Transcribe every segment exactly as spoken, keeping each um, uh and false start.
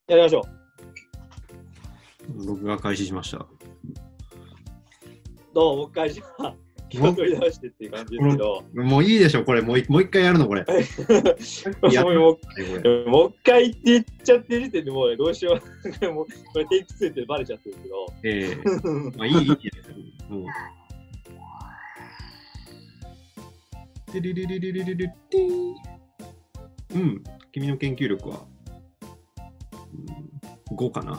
やりましょう。録画開始しました。 どうもう一回じゃあ気を取り直してっていう感じですけど、 もういいでしょこれ、もうもう一回やるのこれ。 やもうもう一回って言っちゃってる時点でもう、ね、どうしようもうこれテイクツーってバレちゃってるけど、 ええー、まあいいいいですよ。もうテリリリリリリリティーうん、君の研究力は、うん、ごかな。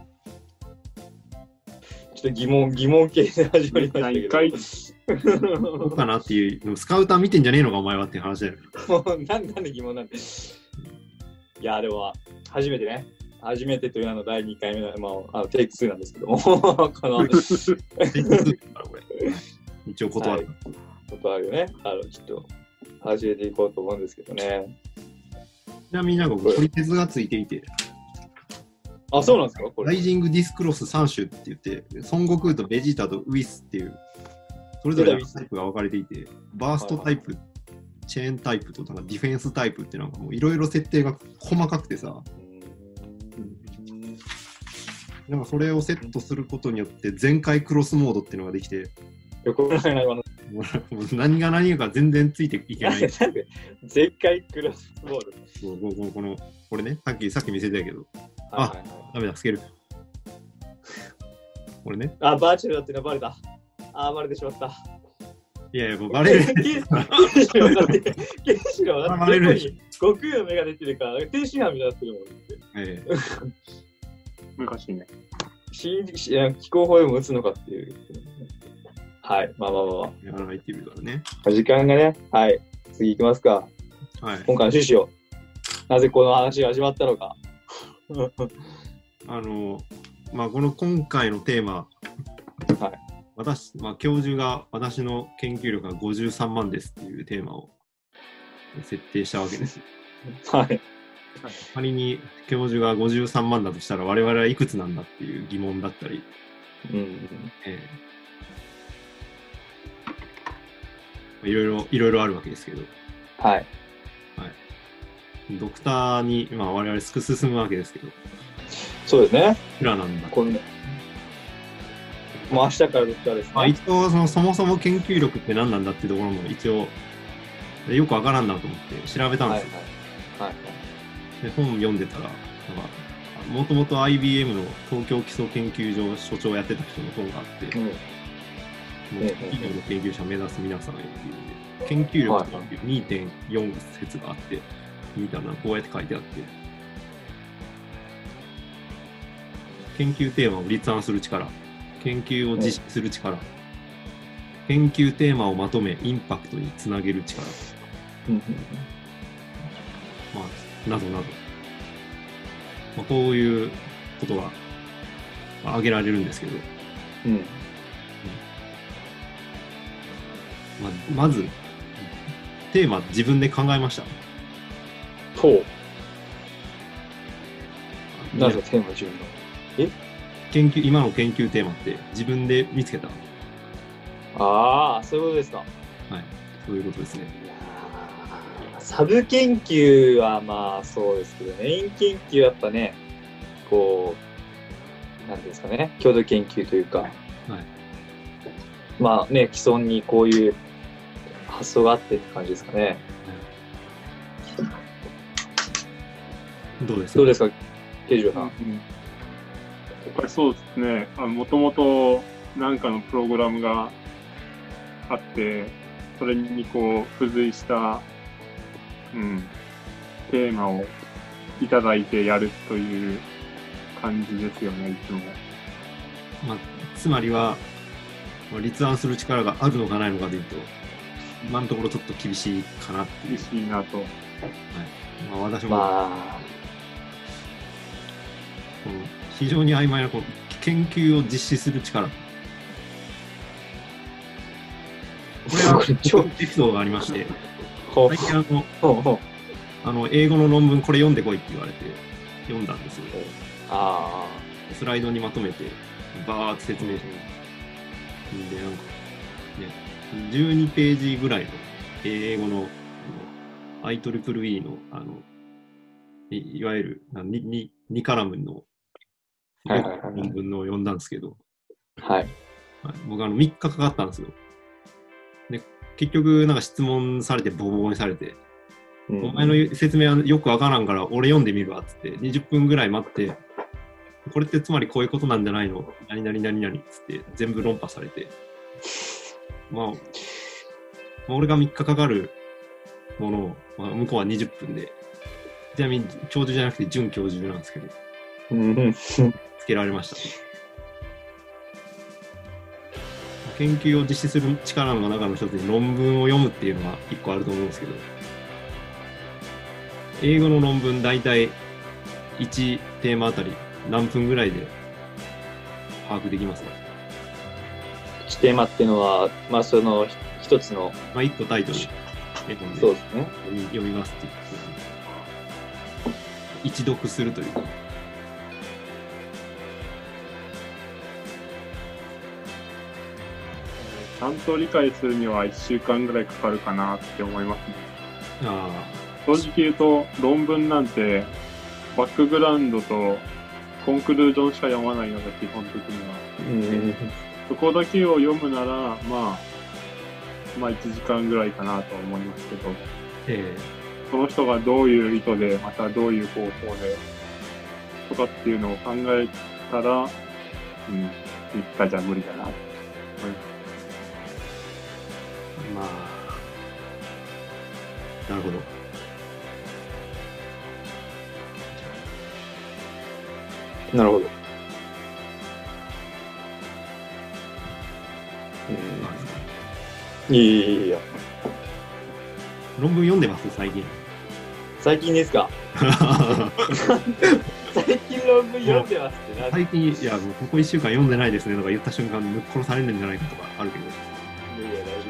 ちょっと疑問、疑問系で始まりましたけど。ごかなっていう、スカウター見てんじゃねえのか、お前はっていう話だよ。 もうなんで疑問なんで。いや、でも、初めてね、初めてという名のだいにかいめの、まあ、あのテイクツーなんですけども、このテイクツーからこれ。 一応断る。 はい、断るよね。あの、ちょっと、始めていこうと思うんですけどね。 ちなみになんか、取り鉄がついていて。 あ、そうなんですかこれ。 ライジングディスクロスさん種って言って、孫悟空とベジータとウィスっていう、それぞれのタイプが分かれていて、バーストタイプ、はいはい、チェーンタイプとなんかディフェンスタイプってなんかもういろいろ設定が細かくてさ、うん、なんかそれをセットすることによって全開クロスモードっていうのができて、 よくないな今の何が何か全然ついていけない。 全開クロスモード。 そうこのこれね、さっきさっき見せたけど、あ、はいはいはい、ダメだ、スケール。これね。 あ、バーチャルだってのはバレた。あ、バレてしまった。 いやいや、もうバレる。ケンシロウだって、ケンシロウだって、どこに悟空の目が出てるから、天津飯みたいになってるもんって。ええ、 難しいね。 気候法でも打つのかっていう。はい、まあまあまあ。 やらないっていうからね。 時間がね、はい、次行きますか。はい。今回の趣旨を、なぜこの話が始まったのか。 あの、まあ、この今回のテーマ、はい、私、まあ、教授が私の研究力がごじゅうさんまんですっていうテーマを設定したわけです。 はい。 仮に教授がごじゅうさんまんだとしたら我々はいくつなんだっていう疑問だったり、うんえー、いろいろいろいろあるわけですけど、 はい。はい、 ドクターに、まあ、我々すく進むわけですけど、 そうですね。 いくらなんだ。 こんもう明日からドクターですね。 まあ、一応その、そもそも研究力って何なんだっていうところも一応よくわからんなと思って調べたんですよ。はいはいはいはい、で本読んでたら、もともと アイビーエム の東京基礎研究所所長をやってた人の本があって、うん、もう企業の研究者を目指す皆さんへっていう、研究力っていう にてんよん 説があって、みたいなこうやって書いてあって、研究テーマを立案する力、研究を実施する力、うん、研究テーマをまとめインパクトにつなげる力、うん、まあなどなど、まあ、こういうことが、まあ、挙げられるんですけど、うんうんまあ、まずテーマ自分で考えました。 ほう。なぜテーマ自分のえ研究今の研究テーマって自分で見つけた。 ああ、そういうことですか。はい、 そういうことですね。 サブ研究はまあそうですけど、メイン研究はやっぱね、こう、なんていうんですかね、共同研究というか、はい、まあね、既存にこういう発想があってって感じですかね。 はい、どうですかどうですか、慶次郎さん。うんやっぱりそうですね。もともと何かのプログラムがあって、それにこう付随した、うん、テーマをいただいてやるという感じですよね、いつも。 まあ、つまりは、立案する力があるのかないのかでいうと、今のところちょっと厳しいかなっていう。 厳しいなと。はいまあ、私も、まあ、この非常に曖昧なこう研究を実施する力。これはエピソードがありまして、最近あのあの英語の論文これ読んでこいって言われて読んだんですよ。あスライドにまとめてバーって説明して、でなんか、ね、じゅうにページぐらいの英語の アイトリプルイー のあの い, いわゆるににカラムのはいはいはいはい論文のを読んだんですけど、 はい。 はい、僕あのみっかかかったんですよ。で、結局なんか質問されてボコボコにされて、 うん、 お前の説明はよくわからんから俺読んでみるわっつってにじゅっぷんぐらい待って、これってつまりこういうことなんじゃないの何々何々っつって全部論破されて、まあ、まあ、俺がみっかかかるものを、まあ、向こうはにじゅっぷんで、ちなみに教授じゃなくて准教授なんですけど、 うん、 つけられました。研究を実施する力の中の一つに論文を読むっていうのが一個あると思うんですけど、英語の論文大体いちテーマあたり何分ぐらいで把握できますか？ いちテーマっていうのは、まあその一つの、 まあいっこタイトル絵本でそうですね。 読み、読みますっていう一読するというか。 ちゃんと理解するにはいっしゅうかんぐらいかかるかなって思いますね。 あ正直言うと論文なんてバックグラウンドとコンクルージョンしか読まないのが基本的には。 うん、 そこだけを読むなら、まあ、まあいちじかんぐらいかなと思いますけど、 えその人がどういう意図で、またどういう方法で、とかっていうのを考えたら、うん、みっかじゃ無理だなと思います。 え、まあ、なるほど。 なるほど。うん、いやいやいや。 論文読んでます最近。 最近ですか？最近論文読んでますってな。 最近、いや、もうここいっしゅうかん読んでないですねとか言った瞬間、ぶっ殺されるんじゃないかとかあるけど。 いやいや、大丈夫、大丈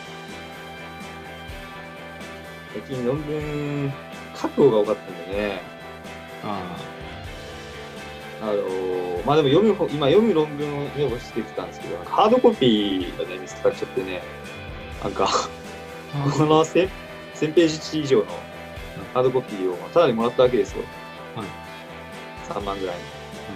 夫。最近論文、書く方が多かったんでね。 ああのー、まあでも読む方、今読む論文を読むしてきたんですけど、ハードコピーがね、見つかっちゃってね、なんか、このせんページ以上のハードコピーをただにもらったわけですよ。 はい。 さんまんぐらいの。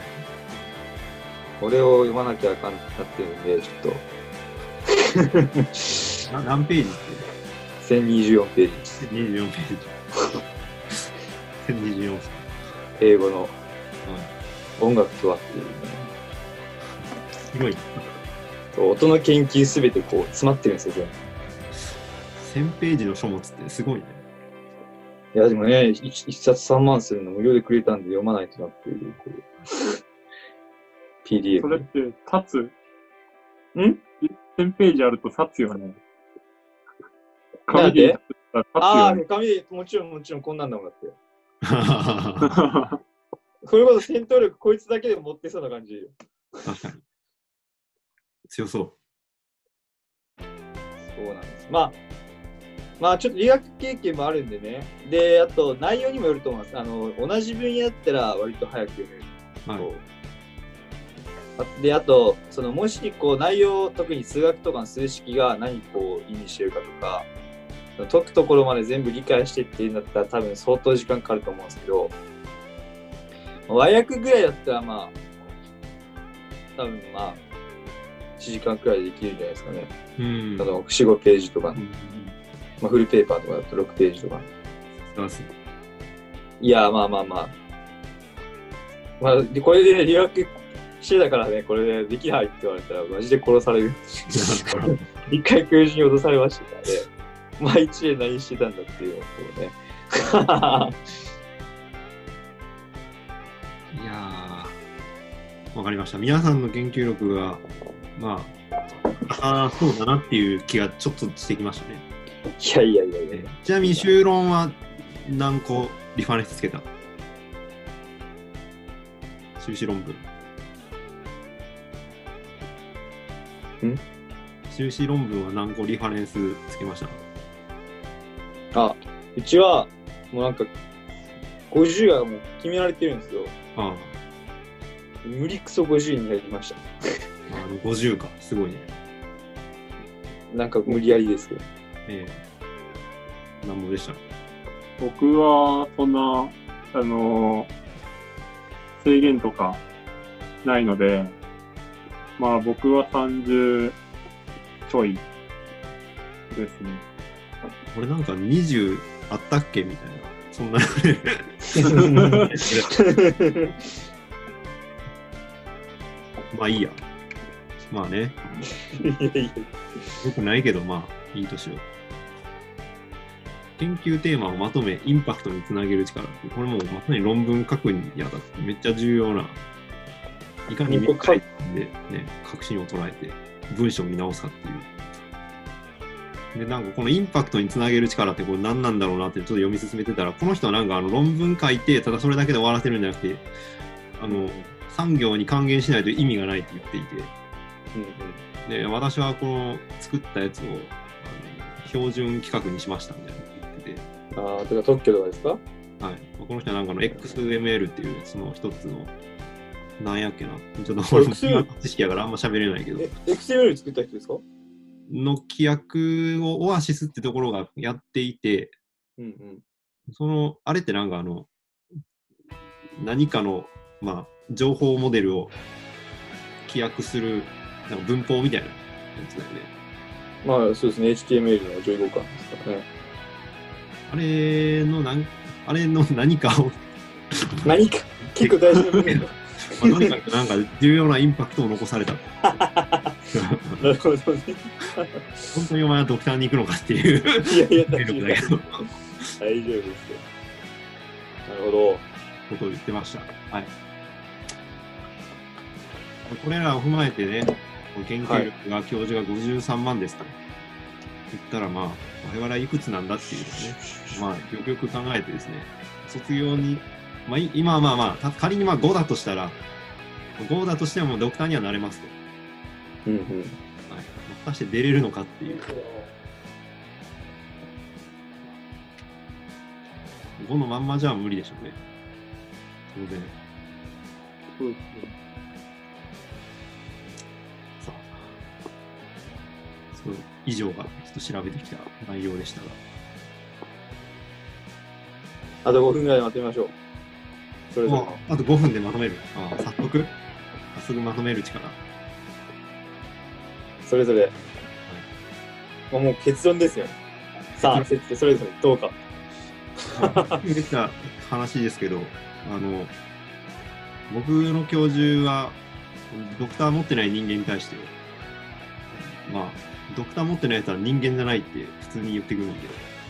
これを読まなきゃあかんなってるんで、ちょっと。な何ページってせんにじゅうよんページです。 せんにじゅうよんページ。せんにじゅうよん。 英語の音楽とはっていう、ね。 すごい。 音の研究すべてこう詰まってるんですよ、全部。 せんページの書物ってすごいね。 いや、でもね、一冊さんまんするの無料でくれたんで読まないとなっていう、こう ピーディーエフ。 それって立つ？ ん ? せん ページあると立つよね。紙で立つたら立つよね。 ああ、紙で、もちろんもちろんこんなんだもんだって。それこそ戦闘力こいつだけで持ってそうな感じ。 確かに。強そう。 そうなんです。まあ、まあちょっと理学経験もあるんでね。で、あと内容にもよると思います。あの、同じ分野だったら割と早く読める。 はい。 で、あと、そのもしこう内容、特に数学とかの数式が何こう意味してるかとか、解くところまで全部理解してっていうんだったら多分相当時間かかると思うんですけど、和訳ぐらいだったらまあ、多分まあ、いちじかんくらいでできるんじゃないですかね。 うん。 あの、よん、ごページとか、 うんうん、 まあ、フルペーパーとかだとろくページとか。 そうです。 いや、まあまあまあ。まあ、でこれで、ね、留学してたからね、これでできないって言われたら、マジで殺される。一回空中に落とされましたからね。まあ、一年何してたんだっていうのをね。 いやー、わかりました。皆さんの研究力が、まあ、ああ、そうだなっていう気がちょっとしてきましたね。 いやいやいやいや。 えちなみに、修論は何個リファレンスつけた？修士論文。 ん？ 修士論文は何個リファレンスつけました？ あ、うちは、もうなんか、ごじゅうはもう決められてるんですよ。 ああ。 無理くそごじゅうに入りました。 あのごじゅうか、すごいね。 なんか無理やりですけど。 ええ。なんぼでした？ 僕は、そんな、あの、 制限とかないので、まあ僕はさんじゅうちょいですね。 俺なんかにじゅうあったっけみたいな。そんな。まあいいや。まあね。 いやいや。 よくないけど、まあいいとしよう。研究テーマをまとめ、インパクトにつなげる力。これもまさに論文書くにあたってめっちゃ重要な。いかに短いでね、確信を捉えて文章を見直すかっていう。で、なんかこのインパクトにつなげる力ってこれ何なんだろうなってちょっと読み進めてたら、この人はなんかあの論文書いて、ただそれだけで終わらせるんじゃなくて、あの、産業に還元しないと意味がないって言っていて、うんうん、で、私はこの作ったやつをあの標準規格にしましたみたいな言ってて。 ああ、だから特許とかですか？はい。 この人はなんかの エックスエムエル っていうその一つのなんやっけな。ちょっと俺も知識やからあんま喋れないけど。 え、エックスエムエル 作った人ですか？ の規約をオアシスってところがやっていて、うんうん、その、あれってなんかあの、何かの、まあ、情報モデルを規約する、なんか文法みたいなやつだよね。 まあ、そうですね。エイチティーエムエル の上位互換ですからね。 あれのなん、あれの何かを何か結構大事な部分。 まあ、とにかくなんか重要なインパクトを残された。 なるほどね。 本当にお前はドクターに行くのかっていう。 いやいや、大丈夫だですよ。なるほど。 ことを言ってました。はい。これらを踏まえてね、研究力が教授がごじゅうさんまんですと、はい、言ったら、まあ、我々はいくつなんだっていうのをね、まあ、よくよく考えてですね、卒業に、まあ、今はまあまあ、仮にまあごだとしたら、ごだとしてもドクターにはなれますと。うんうん。はい。果たして出れるのかっていう。ごのまんまじゃ無理でしょうね。当然。そうですね。さあ。そう、以上がちょっと調べてきた内容でしたが。 あとごふんぐらいでまとめましょう。それぞれ。 あ, あとごふんでまとめる。ああ、早速すぐまとめる力。 それぞれ。はい、もう結論ですよ。さあ、それぞれどうか。 できた話ですけど、あの、僕の教授は、ドクター持ってない人間に対して、まあ、ドクター持ってないやつは人間じゃないって普通に言ってくるんだけど、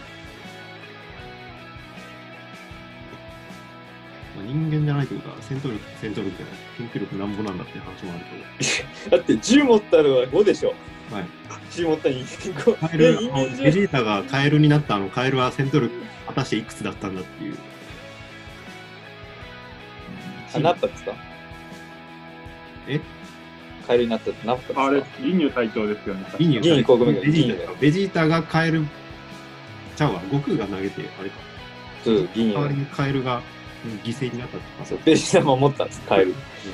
まあ、人間じゃないというか、戦闘力、戦闘力じゃない、研究力なんぼなんだって話もあるけど。だってじゅう持ったのはごでしょ。 はい。 じゅう持った人間カエル、ベジータがカエルになったあのカエルは戦闘力果たしていくつだったんだっていう。 あ、なったんですか？ え？ カエルになったってなったんですか？ あれ、銀乳隊長ですよね。 銀乳こうごめんベジータ。ベジータがカエル、ちゃうわ、悟空が投げて、あれか。 そう、銀乳。 代わりにカエルが犠牲になったって。 そう、ベジータも持ったんです、カエル。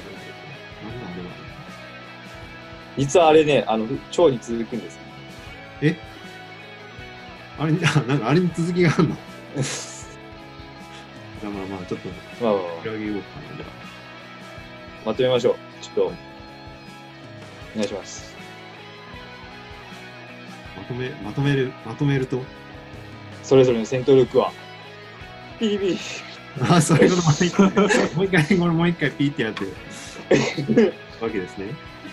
実はあれね、あの、蝶に続くんです。 え？あれに、あ、なんかあれに続きがあるの？まあまあ、ちょっと、 まあまあ、 広げようかな、じゃあ。 まとめましょう。ちょっと、お願いします。 まとめ、まとめる、まとめるとそれぞれの戦闘力は、ピリピリ。 あ、それこそもう一回、これもう一回ピーってやってるわけですね。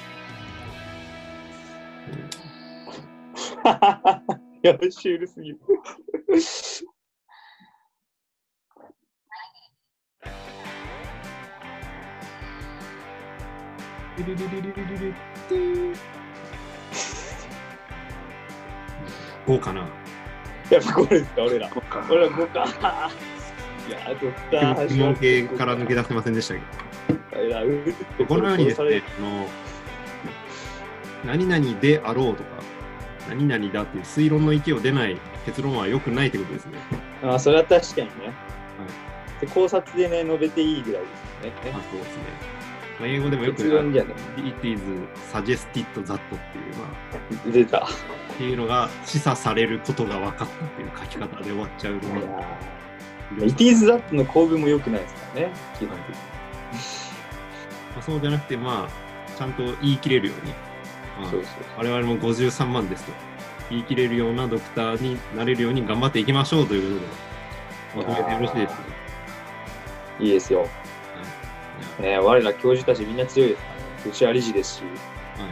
やばい、シュールすぎる。 ごかな。 やっぱこれですか、俺ら。俺らごか。いや、ドクター。 疑問系から抜け出せませんでしたけど。このようにですね、あの何々であろうとか、何々だっていう推論の域を出ない結論は良くないってことですね。 ああ、それは確かにね。はい、で考察でね、述べていいぐらいですね。 あ、そうですね。まあ、英語でもよく結論じゃない。 It is suggested that っていう、まあ、出た。 っていうのが示唆されることが分かったっていう書き方で終わっちゃうので。 It is that の構文も良くないですからね、基本的に。 あ、そうじゃなくて、まあ、ちゃんと言い切れるように、まあ、 そうそう我々もごじゅうさんまんですと言い切れるようなドクターになれるように頑張っていきましょうということで、まとめてよろしいですか？ いいですよ。 はい、 ね、我ら教授たちみんな強いですからね。うちは理事ですし、 はい、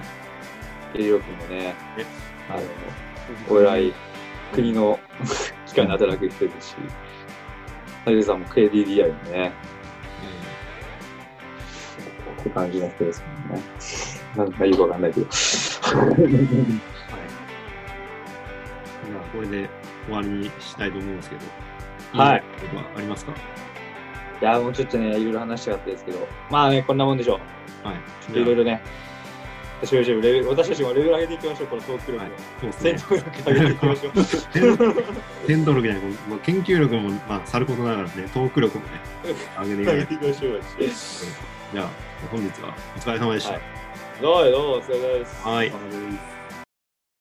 ケリロ君もね、あの、 おお偉い国の機関で働く人ですし、タイさんも ケーディーディーアイ のね、って感じの人ですもんね。なんかよくわかんないけど。 はい。じゃあ、これで終わりにしたいと思うんですけど、 はい。 いいことはありますか？ いや、もうちょっとね、いろいろ話したかったですけど、まあね、こんなもんでしょう。 はい。 ちょっといろいろね、私たちもレベル私たちもレベル上げていきましょう、このトーク力を。 はい、そうです戦ね。 闘力上げていきましょう。 戦闘力じゃない、まあ、研究力も、まあ、さることながらね、トーク力もね、上げていか上ないげていきましょう。 じゃあ、本日はお疲れ様でした。 はい、どうもどうも、お疲れ様です。 はい。 疲れ様です。